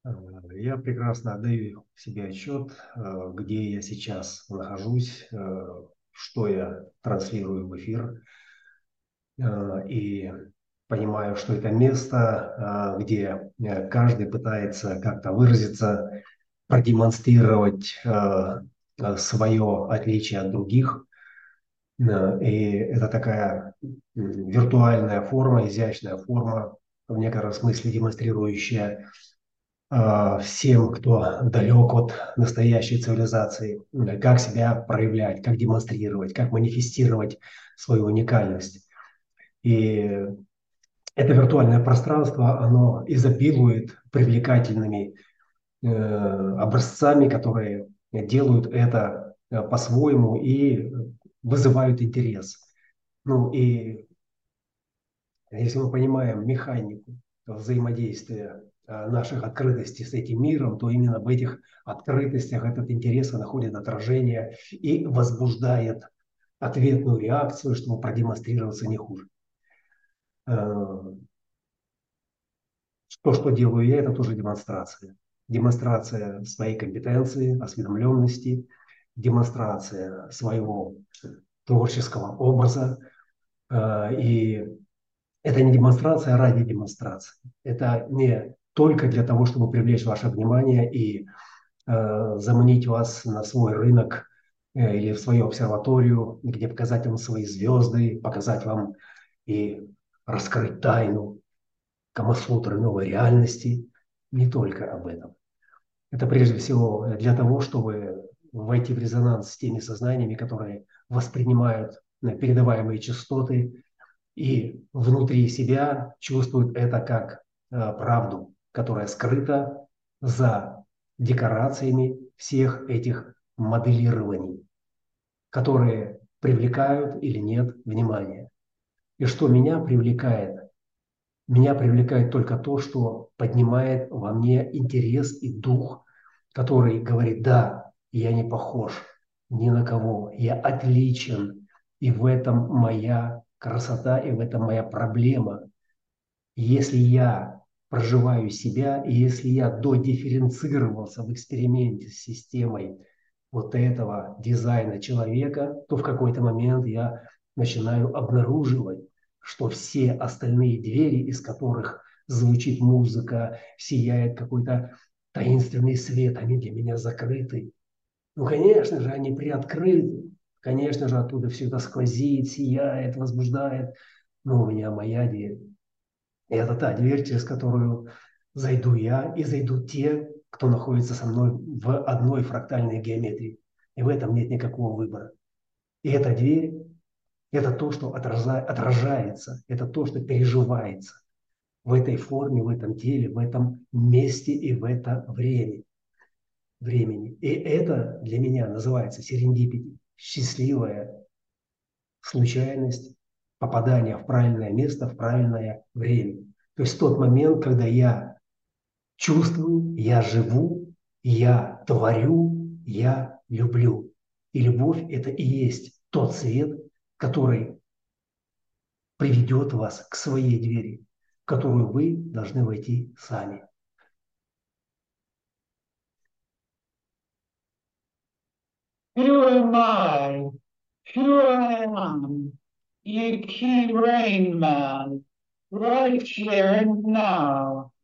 Я прекрасно отдаю себе отчет, где я сейчас нахожусь, что я транслирую в эфир, и понимаю, что это место, где каждый пытается как-то выразиться, продемонстрировать свое отличие от других. И это такая виртуальная форма, изящная форма, в некотором смысле демонстрирующая всем, кто далек от настоящей цивилизации, как себя проявлять, как демонстрировать, как манифестировать свою уникальность. И это виртуальное пространство, оно изобилует привлекательными образцами, которые делают это по-своему и вызывают интерес. Ну и если мы понимаем механику взаимодействия наших открытостей с этим миром, то именно в этих открытостях этот интерес находит отражение и возбуждает ответную реакцию, чтобы продемонстрироваться не хуже. То, что делаю я, это тоже демонстрация. Демонстрация своей компетенции, осведомленности, демонстрация своего творческого образа. И это не демонстрация ради демонстрации. Это не только для того, чтобы привлечь ваше внимание и заманить вас на свой рынок или в свою обсерваторию, где показать вам свои звезды, показать вам и раскрыть тайну Камасутры новой реальности. Не только об этом. Это прежде всего для того, чтобы войти в резонанс с теми сознаниями, которые воспринимают передаваемые частоты и внутри себя чувствуют это как правду, которая скрыта за декорациями всех этих моделирований, которые привлекают или нет внимания. И что меня привлекает? Меня привлекает только то, что поднимает во мне интерес и дух, который говорит: да, я не похож ни на кого, я отличен, и в этом моя красота, и в этом моя проблема. Если я проживаю себя, и если я додифференцировался в эксперименте с системой вот этого дизайна человека, то в какой-то момент я начинаю обнаруживать, что все остальные двери, из которых звучит музыка, сияет какой-то таинственный свет, они для меня закрыты. Ну, конечно же, они приоткрыты. Конечно же, оттуда все это сквозит, сияет, возбуждает. Но у меня моя дверь. И это та дверь, через которую зайду я и зайдут те, кто находится со мной в одной фрактальной геометрии. И в этом нет никакого выбора. И эта дверь – это то, что отражается, это то, что переживается в этой форме, в этом теле, в этом месте и в это времени. И это для меня называется серендипити, счастливая случайность попадания в правильное место, в правильное время. То есть тот момент, когда я чувствую, я живу, я творю, я люблю. И любовь – это и есть тот свет, который приведет вас к своей двери, в которую вы должны войти сами. Who am I? Who I am? You key rain man, right here and now.